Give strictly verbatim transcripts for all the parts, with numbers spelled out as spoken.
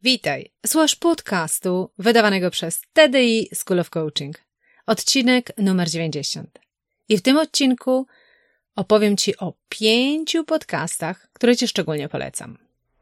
Witaj, słuchasz podcastu wydawanego przez T D I School of Coaching. Odcinek numer dziewięćdziesiąt. I w tym odcinku opowiem Ci o pięciu podcastach, które Ci szczególnie polecam.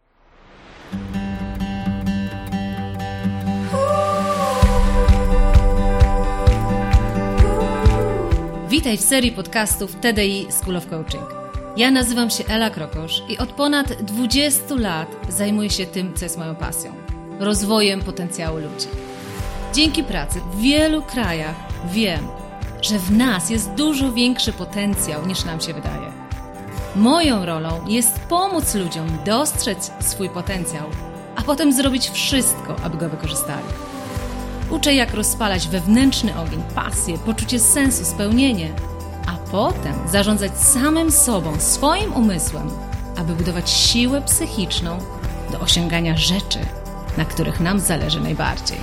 Witaj w serii podcastów T D I School of Coaching. Ja nazywam się Ela Krokosz i od ponad dwudziestu lat zajmuję się tym, co jest moją pasją – rozwojem potencjału ludzi. Dzięki pracy w wielu krajach wiem, że w nas jest dużo większy potencjał niż nam się wydaje. Moją rolą jest pomóc ludziom dostrzec swój potencjał, a potem zrobić wszystko, aby go wykorzystali. Uczę, jak rozpalać wewnętrzny ogień, pasję, poczucie sensu, spełnienie, a potem zarządzać samym sobą, swoim umysłem, aby budować siłę psychiczną do osiągania rzeczy, na których nam zależy najbardziej.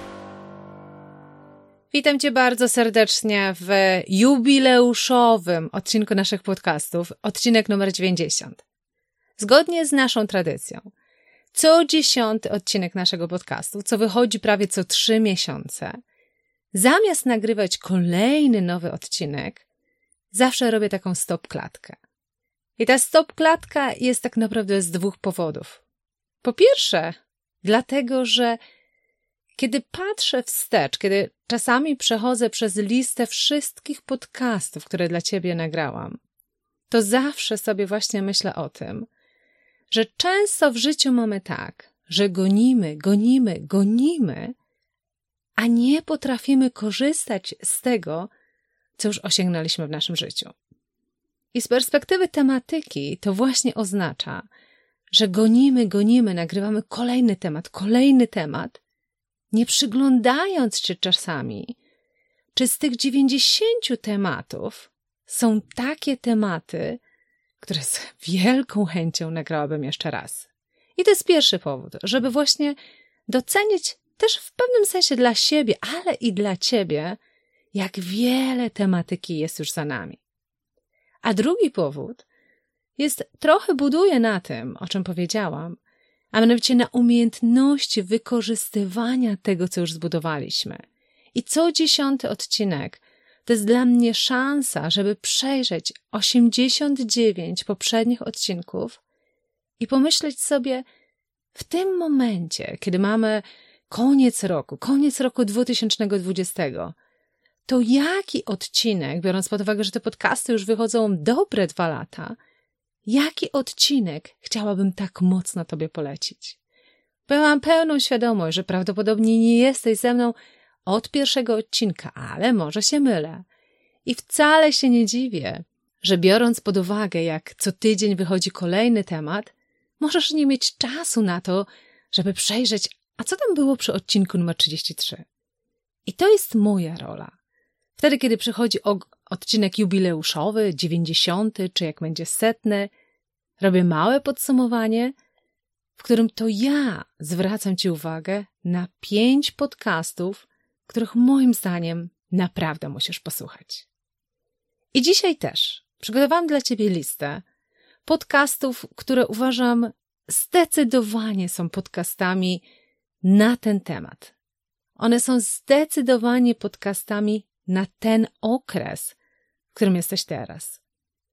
Witam Cię bardzo serdecznie w jubileuszowym odcinku naszych podcastów, odcinek numer dziewięćdziesiąt. Zgodnie z naszą tradycją, co dziesiąty odcinek naszego podcastu, co wychodzi prawie co trzy miesiące, zamiast nagrywać kolejny nowy odcinek, zawsze robię taką stop-klatkę. I ta stop-klatka jest tak naprawdę z dwóch powodów. Po pierwsze, dlatego, że kiedy patrzę wstecz, kiedy czasami przechodzę przez listę wszystkich podcastów, które dla Ciebie nagrałam, to zawsze sobie właśnie myślę o tym, że często w życiu mamy tak, że gonimy, gonimy, gonimy, a nie potrafimy korzystać z tego, co już osiągnęliśmy w naszym życiu. I z perspektywy tematyki to właśnie oznacza, że gonimy, gonimy, nagrywamy kolejny temat, kolejny temat, nie przyglądając się czasami, czy z tych dziewięćdziesięciu tematów są takie tematy, które z wielką chęcią nagrałabym jeszcze raz. I to jest pierwszy powód, żeby właśnie docenić też w pewnym sensie dla siebie, ale i dla Ciebie, jak wiele tematyki jest już za nami. A drugi powód jest, trochę buduje na tym, o czym powiedziałam, a mianowicie na umiejętności wykorzystywania tego, co już zbudowaliśmy. I co dziesiąty odcinek to jest dla mnie szansa, żeby przejrzeć osiemdziesiąt dziewięć poprzednich odcinków i pomyśleć sobie w tym momencie, kiedy mamy koniec roku, koniec roku dwa tysiące dwudziestego, to jaki odcinek, biorąc pod uwagę, że te podcasty już wychodzą dobre dwa lata, jaki odcinek chciałabym tak mocno Tobie polecić? Bo ja mam pełną świadomość, że prawdopodobnie nie jesteś ze mną od pierwszego odcinka, ale może się mylę. I wcale się nie dziwię, że biorąc pod uwagę, jak co tydzień wychodzi kolejny temat, możesz nie mieć czasu na to, żeby przejrzeć, a co tam było przy odcinku numer trzydzieści trzy. I to jest moja rola. Wtedy, kiedy przychodzi odcinek jubileuszowy, dziewięćdziesiąty, czy jak będzie setny, robię małe podsumowanie, w którym to ja zwracam Ci uwagę na pięć podcastów, których moim zdaniem naprawdę musisz posłuchać. I dzisiaj też przygotowałam dla Ciebie listę podcastów, które uważam zdecydowanie są podcastami na ten temat. One są zdecydowanie podcastami na ten okres, w którym jesteś teraz.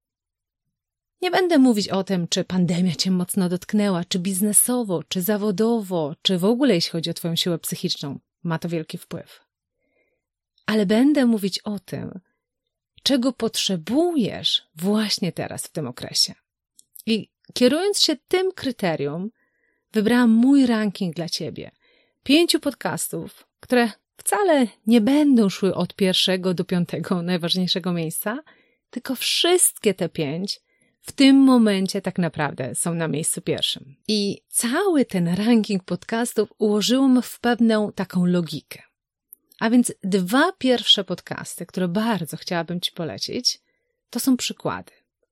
Nie będę mówić o tym, czy pandemia Cię mocno dotknęła, czy biznesowo, czy zawodowo, czy w ogóle jeśli chodzi o Twoją siłę psychiczną. Ma to wielki wpływ. Ale będę mówić o tym, czego potrzebujesz właśnie teraz w tym okresie. I kierując się tym kryterium, wybrałam mój ranking dla Ciebie. Pięciu podcastów, które wcale nie będą szły od pierwszego do piątego najważniejszego miejsca, tylko wszystkie te pięć w tym momencie tak naprawdę są na miejscu pierwszym. I cały ten ranking podcastów ułożyłam w pewną taką logikę. A więc dwa pierwsze podcasty, które bardzo chciałabym Ci polecić, to są przykłady.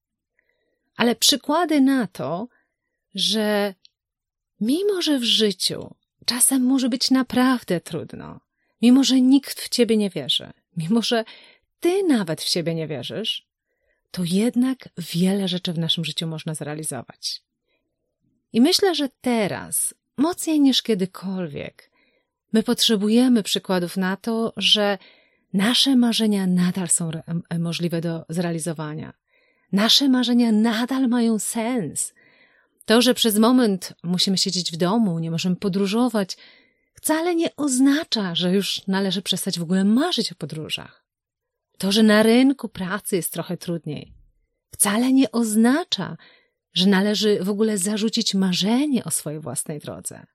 Ale przykłady na to, że mimo, że w życiu czasem może być naprawdę trudno, mimo, że nikt w Ciebie nie wierzy, mimo, że Ty nawet w siebie nie wierzysz, to jednak wiele rzeczy w naszym życiu można zrealizować. I myślę, że teraz mocniej niż kiedykolwiek my potrzebujemy przykładów na to, że nasze marzenia nadal są możliwe do zrealizowania. Nasze marzenia nadal mają sens. To, że przez moment musimy siedzieć w domu, nie możemy podróżować, wcale nie oznacza, że już należy przestać w ogóle marzyć o podróżach. To, że na rynku pracy jest trochę trudniej, wcale nie oznacza, że należy w ogóle zarzucić marzenie o swojej własnej drodze.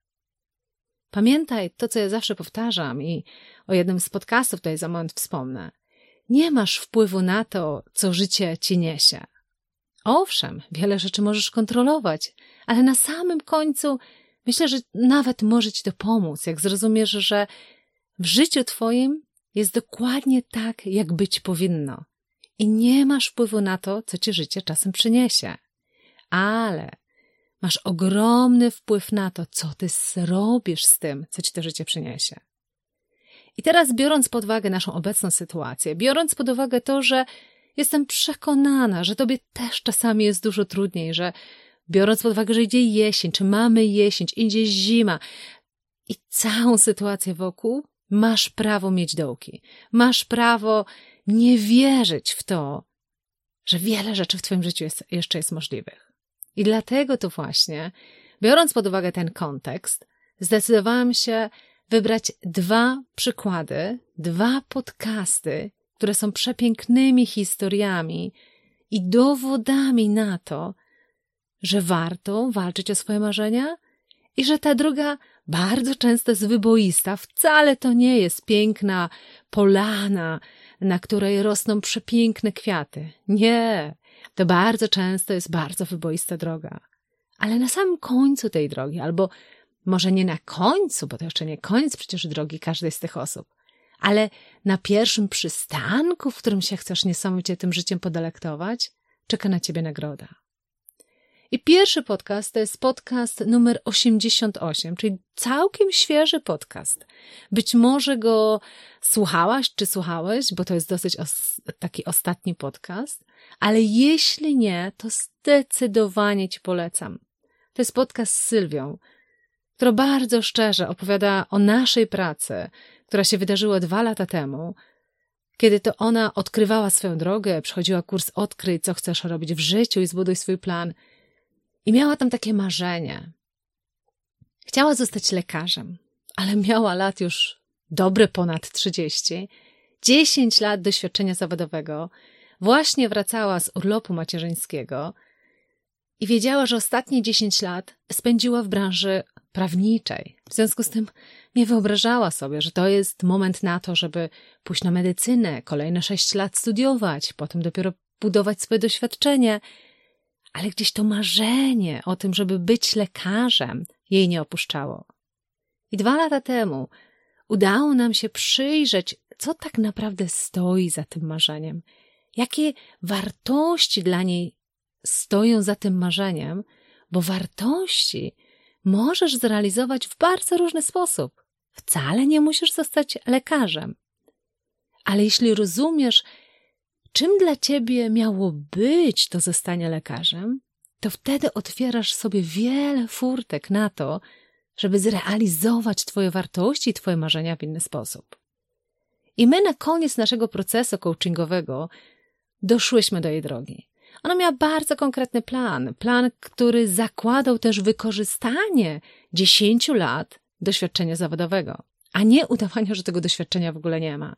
Pamiętaj to, co ja zawsze powtarzam i o jednym z podcastów tutaj za moment wspomnę. Nie masz wpływu na to, co życie ci niesie. Owszem, wiele rzeczy możesz kontrolować, ale na samym końcu myślę, że nawet może ci to pomóc, jak zrozumiesz, że w życiu twoim jest dokładnie tak, jak być powinno. I nie masz wpływu na to, co ci życie czasem przyniesie. Ale masz ogromny wpływ na to, co ty zrobisz z tym, co ci to życie przyniesie. I teraz biorąc pod uwagę naszą obecną sytuację, biorąc pod uwagę to, że jestem przekonana, że tobie też czasami jest dużo trudniej, że biorąc pod uwagę, że idzie jesień, czy mamy jesień, czy idzie zima i całą sytuację wokół, masz prawo mieć dołki. Masz prawo nie wierzyć w to, że wiele rzeczy w twoim życiu jest, jeszcze jest możliwych. I dlatego to właśnie, biorąc pod uwagę ten kontekst, zdecydowałam się wybrać dwa przykłady, dwa podcasty, które są przepięknymi historiami i dowodami na to, że warto walczyć o swoje marzenia i że ta droga bardzo często jest wyboista. Wcale to nie jest piękna polana, na której rosną przepiękne kwiaty. Nie, to bardzo często jest bardzo wyboista droga. Ale na samym końcu tej drogi, albo może nie na końcu, bo to jeszcze nie koniec przecież drogi każdej z tych osób, ale na pierwszym przystanku, w którym się chcesz niesamowicie tym życiem podelektować, czeka na ciebie nagroda. I pierwszy podcast to jest podcast numer osiemdziesiąt osiem, czyli całkiem świeży podcast. Być może go słuchałaś czy słuchałeś, bo to jest dosyć os- taki ostatni podcast, ale jeśli nie, to zdecydowanie ci polecam. To jest podcast z Sylwią, która bardzo szczerze opowiada o naszej pracy, która się wydarzyła dwa lata temu, kiedy to ona odkrywała swoją drogę, przechodziła kurs Odkryj, co chcesz robić w życiu i zbuduj swój plan. I miała tam takie marzenie. Chciała zostać lekarzem, ale miała lat już dobre ponad trzydzieści, dziesięć lat doświadczenia zawodowego, właśnie wracała z urlopu macierzyńskiego i wiedziała, że ostatnie dziesięć lat spędziła w branży prawniczej. W związku z tym nie wyobrażała sobie, że to jest moment na to, żeby pójść na medycynę, kolejne sześć lat studiować, potem dopiero budować swoje doświadczenie. Ale gdzieś to marzenie o tym, żeby być lekarzem, jej nie opuszczało. I dwa lata temu udało nam się przyjrzeć, co tak naprawdę stoi za tym marzeniem, jakie wartości dla niej stoją za tym marzeniem, bo wartości możesz zrealizować w bardzo różny sposób. Wcale nie musisz zostać lekarzem. Ale jeśli rozumiesz, czym dla ciebie miało być to zostanie lekarzem, to wtedy otwierasz sobie wiele furtek na to, żeby zrealizować twoje wartości i twoje marzenia w inny sposób. I my na koniec naszego procesu coachingowego doszłyśmy do jej drogi. Ona miała bardzo konkretny plan, plan, który zakładał też wykorzystanie dziesięciu lat doświadczenia zawodowego, a nie udawania, że tego doświadczenia w ogóle nie ma.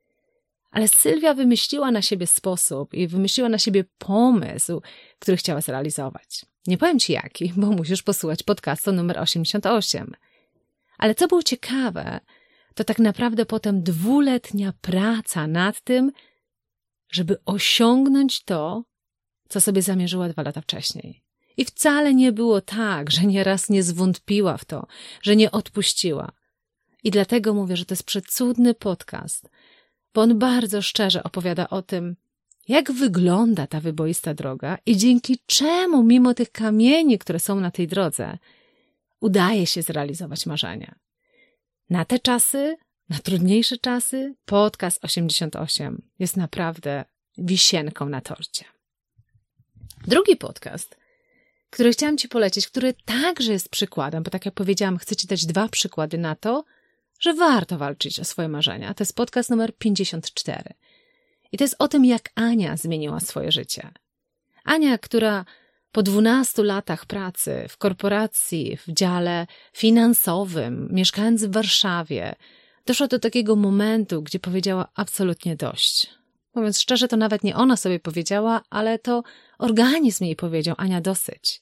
Ale Sylwia wymyśliła na siebie sposób i wymyśliła na siebie pomysł, który chciała zrealizować. Nie powiem ci jaki, bo musisz posłuchać podcastu numer osiemdziesiąt osiem. Ale co było ciekawe, to tak naprawdę potem dwuletnia praca nad tym, żeby osiągnąć to, co sobie zamierzyła dwa lata wcześniej. I wcale nie było tak, że nieraz nie zwątpiła w to, że nie odpuściła. I dlatego mówię, że to jest przecudny podcast, bo on bardzo szczerze opowiada o tym, jak wygląda ta wyboista droga i dzięki czemu, mimo tych kamieni, które są na tej drodze, udaje się zrealizować marzenia. Na te czasy, na trudniejsze czasy, podcast osiemdziesiąt osiem jest naprawdę wisienką na torcie. Drugi podcast który chciałam Ci polecić, który także jest przykładem, bo tak jak powiedziałam, chcę Ci dać dwa przykłady na to, że warto walczyć o swoje marzenia. To jest podcast numer pięćdziesiąt cztery. I to jest o tym, jak Ania zmieniła swoje życie. Ania, która po dwunastu latach pracy w korporacji, w dziale finansowym, mieszkając w Warszawie, doszła do takiego momentu, gdzie powiedziała absolutnie dość. Mówiąc szczerze, to nawet nie ona sobie powiedziała, ale to organizm jej powiedział: Ania, dosyć.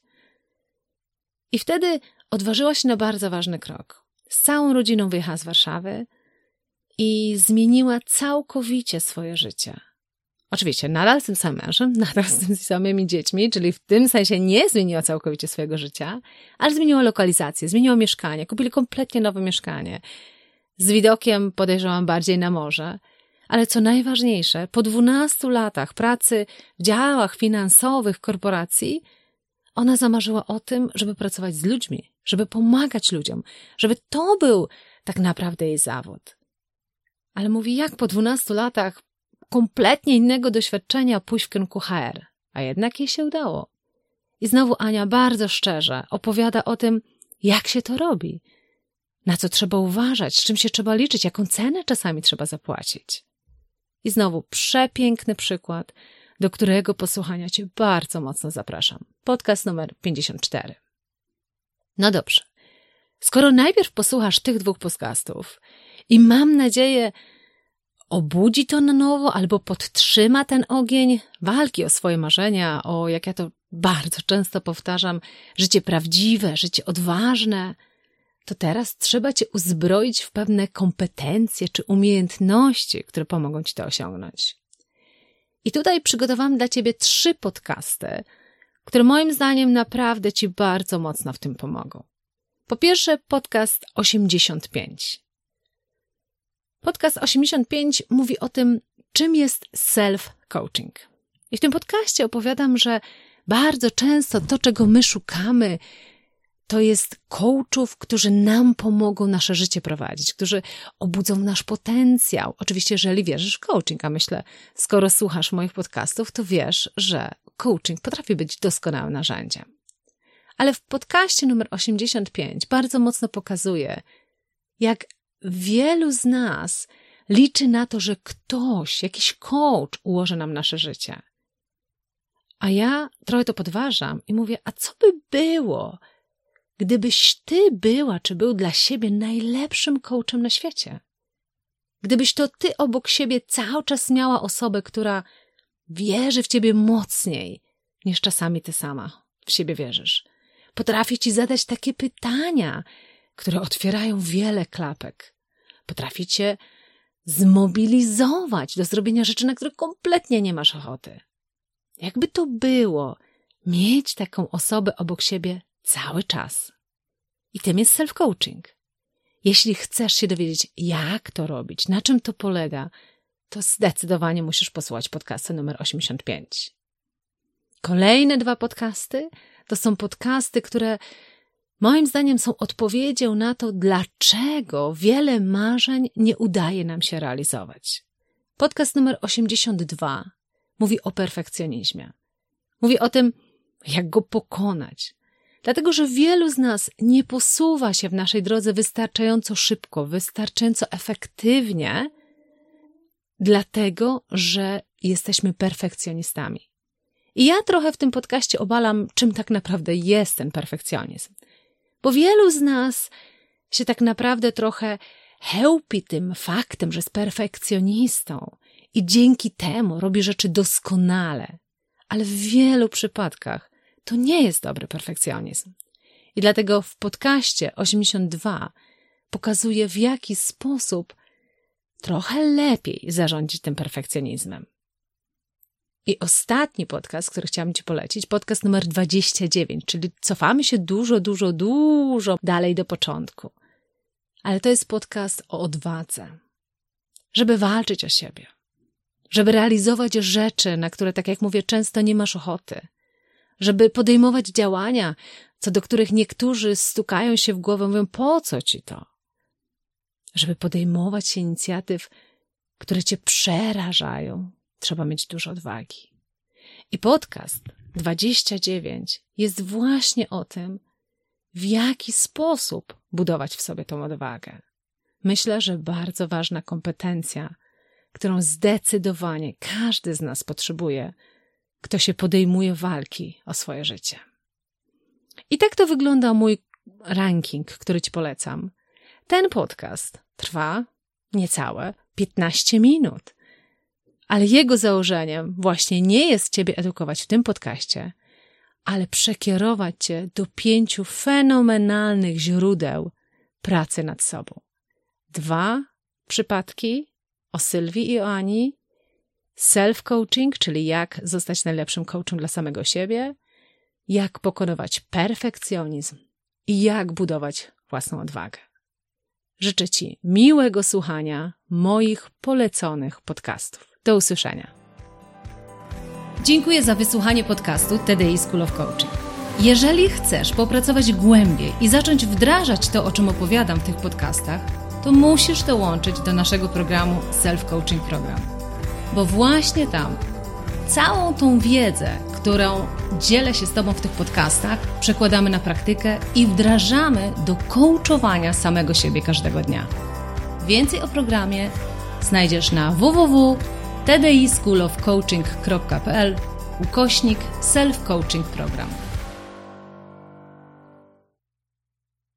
I wtedy odważyła się na bardzo ważny krok. Z całą rodziną wyjechała z Warszawy i zmieniła całkowicie swoje życie. Oczywiście nadal z tym samym mężem, nadal z tymi samymi dziećmi, czyli w tym sensie nie zmieniła całkowicie swojego życia, ale zmieniła lokalizację, zmieniła mieszkanie, kupili kompletnie nowe mieszkanie. Z widokiem, podejrzewam, bardziej na morze. Ale co najważniejsze, po dwunastu latach pracy w działach finansowych korporacji, ona zamarzyła o tym, żeby pracować z ludźmi, żeby pomagać ludziom, żeby to był tak naprawdę jej zawód. Ale mówi, jak po dwunastu latach kompletnie innego doświadczenia pójść w kierunku H R, a jednak jej się udało. I znowu Ania bardzo szczerze opowiada o tym, jak się to robi, na co trzeba uważać, z czym się trzeba liczyć, jaką cenę czasami trzeba zapłacić. I znowu przepiękny przykład, do którego posłuchania Cię bardzo mocno zapraszam. Podcast numer pięćdziesiąt cztery. No dobrze. Skoro najpierw posłuchasz tych dwóch podcastów i mam nadzieję, obudzi to na nowo albo podtrzyma ten ogień walki o swoje marzenia, o, jak ja to bardzo często powtarzam, życie prawdziwe, życie odważne, to teraz trzeba Cię uzbroić w pewne kompetencje czy umiejętności, które pomogą Ci to osiągnąć. I tutaj przygotowałam dla Ciebie trzy podcasty, które moim zdaniem naprawdę Ci bardzo mocno w tym pomogą. Po pierwsze, podcast osiemdziesiąt pięć. Podcast osiemdziesiąt pięć mówi o tym, czym jest self-coaching. I w tym podcaście opowiadam, że bardzo często to, czego my szukamy, to jest coachów, którzy nam pomogą nasze życie prowadzić, którzy obudzą nasz potencjał. Oczywiście, jeżeli wierzysz w coaching, a myślę, skoro słuchasz moich podcastów, to wiesz, że coaching potrafi być doskonałym narzędziem. Ale w podcaście numer osiemdziesiąt pięć bardzo mocno pokazuje, jak wielu z nas liczy na to, że ktoś, jakiś coach ułoży nam nasze życie. A ja trochę to podważam i mówię, a co by było, gdybyś ty była, czy był dla siebie najlepszym coachem na świecie? Gdybyś to ty obok siebie cały czas miała osobę, która wierzy w ciebie mocniej, niż czasami ty sama w siebie wierzysz. Potrafi ci zadać takie pytania, które otwierają wiele klapek. Potrafi cię zmobilizować do zrobienia rzeczy, na które kompletnie nie masz ochoty. Jakby to było mieć taką osobę obok siebie cały czas. I tym jest self-coaching. Jeśli chcesz się dowiedzieć, jak to robić, na czym to polega, to zdecydowanie musisz posłuchać podcastu numer osiemdziesiąt pięć. Kolejne dwa podcasty to są podcasty, które moim zdaniem są odpowiedzią na to, dlaczego wiele marzeń nie udaje nam się realizować. Podcast numer osiemdziesiąt dwa mówi o perfekcjonizmie. Mówi o tym, jak go pokonać. Dlatego, że wielu z nas nie posuwa się w naszej drodze wystarczająco szybko, wystarczająco efektywnie, dlatego, że jesteśmy perfekcjonistami. I ja trochę w tym podcaście obalam, czym tak naprawdę jest ten perfekcjonizm. Bo wielu z nas się tak naprawdę trochę chełpi tym faktem, że jest perfekcjonistą i dzięki temu robi rzeczy doskonale. Ale w wielu przypadkach to nie jest dobry perfekcjonizm. I dlatego w podcaście osiemdziesiąt dwa pokazuję, w jaki sposób trochę lepiej zarządzić tym perfekcjonizmem. I ostatni podcast, który chciałam Ci polecić, podcast numer dwadzieścia dziewięć, czyli cofamy się dużo, dużo, dużo dalej do początku. Ale to jest podcast o odwadze. Żeby walczyć o siebie. Żeby realizować rzeczy, na które, tak jak mówię, często nie masz ochoty. Żeby podejmować działania, co do których niektórzy stukają się w głowę, mówią, po co Ci to? Żeby podejmować się inicjatyw, które Cię przerażają, trzeba mieć dużo odwagi. I podcast dwadzieścia dziewięć jest właśnie o tym, w jaki sposób budować w sobie tą odwagę. Myślę, że bardzo ważna kompetencja, którą zdecydowanie każdy z nas potrzebuje, kto się podejmuje walki o swoje życie. I tak to wygląda mój ranking, który Ci polecam. Ten podcast trwa niecałe piętnaście minut, ale jego założeniem właśnie nie jest Ciebie edukować w tym podcaście, ale przekierować Cię do pięciu fenomenalnych źródeł pracy nad sobą. Dwa przypadki o Sylwii i o Ani, self-coaching, czyli jak zostać najlepszym coachem dla samego siebie, jak pokonywać perfekcjonizm i jak budować własną odwagę. Życzę Ci miłego słuchania moich poleconych podcastów. Do usłyszenia. Dziękuję za wysłuchanie podcastu T D I School of Coaching. Jeżeli chcesz popracować głębiej i zacząć wdrażać to, o czym opowiadam w tych podcastach, to musisz dołączyć do naszego programu Self-Coaching Program. Bo właśnie tam całą tą wiedzę, którą dzielę się z Tobą w tych podcastach, przekładamy na praktykę i wdrażamy do coachowania samego siebie każdego dnia. Więcej o programie znajdziesz na w w w kropka t d i school of coaching kropka p l ukośnik self-coaching program.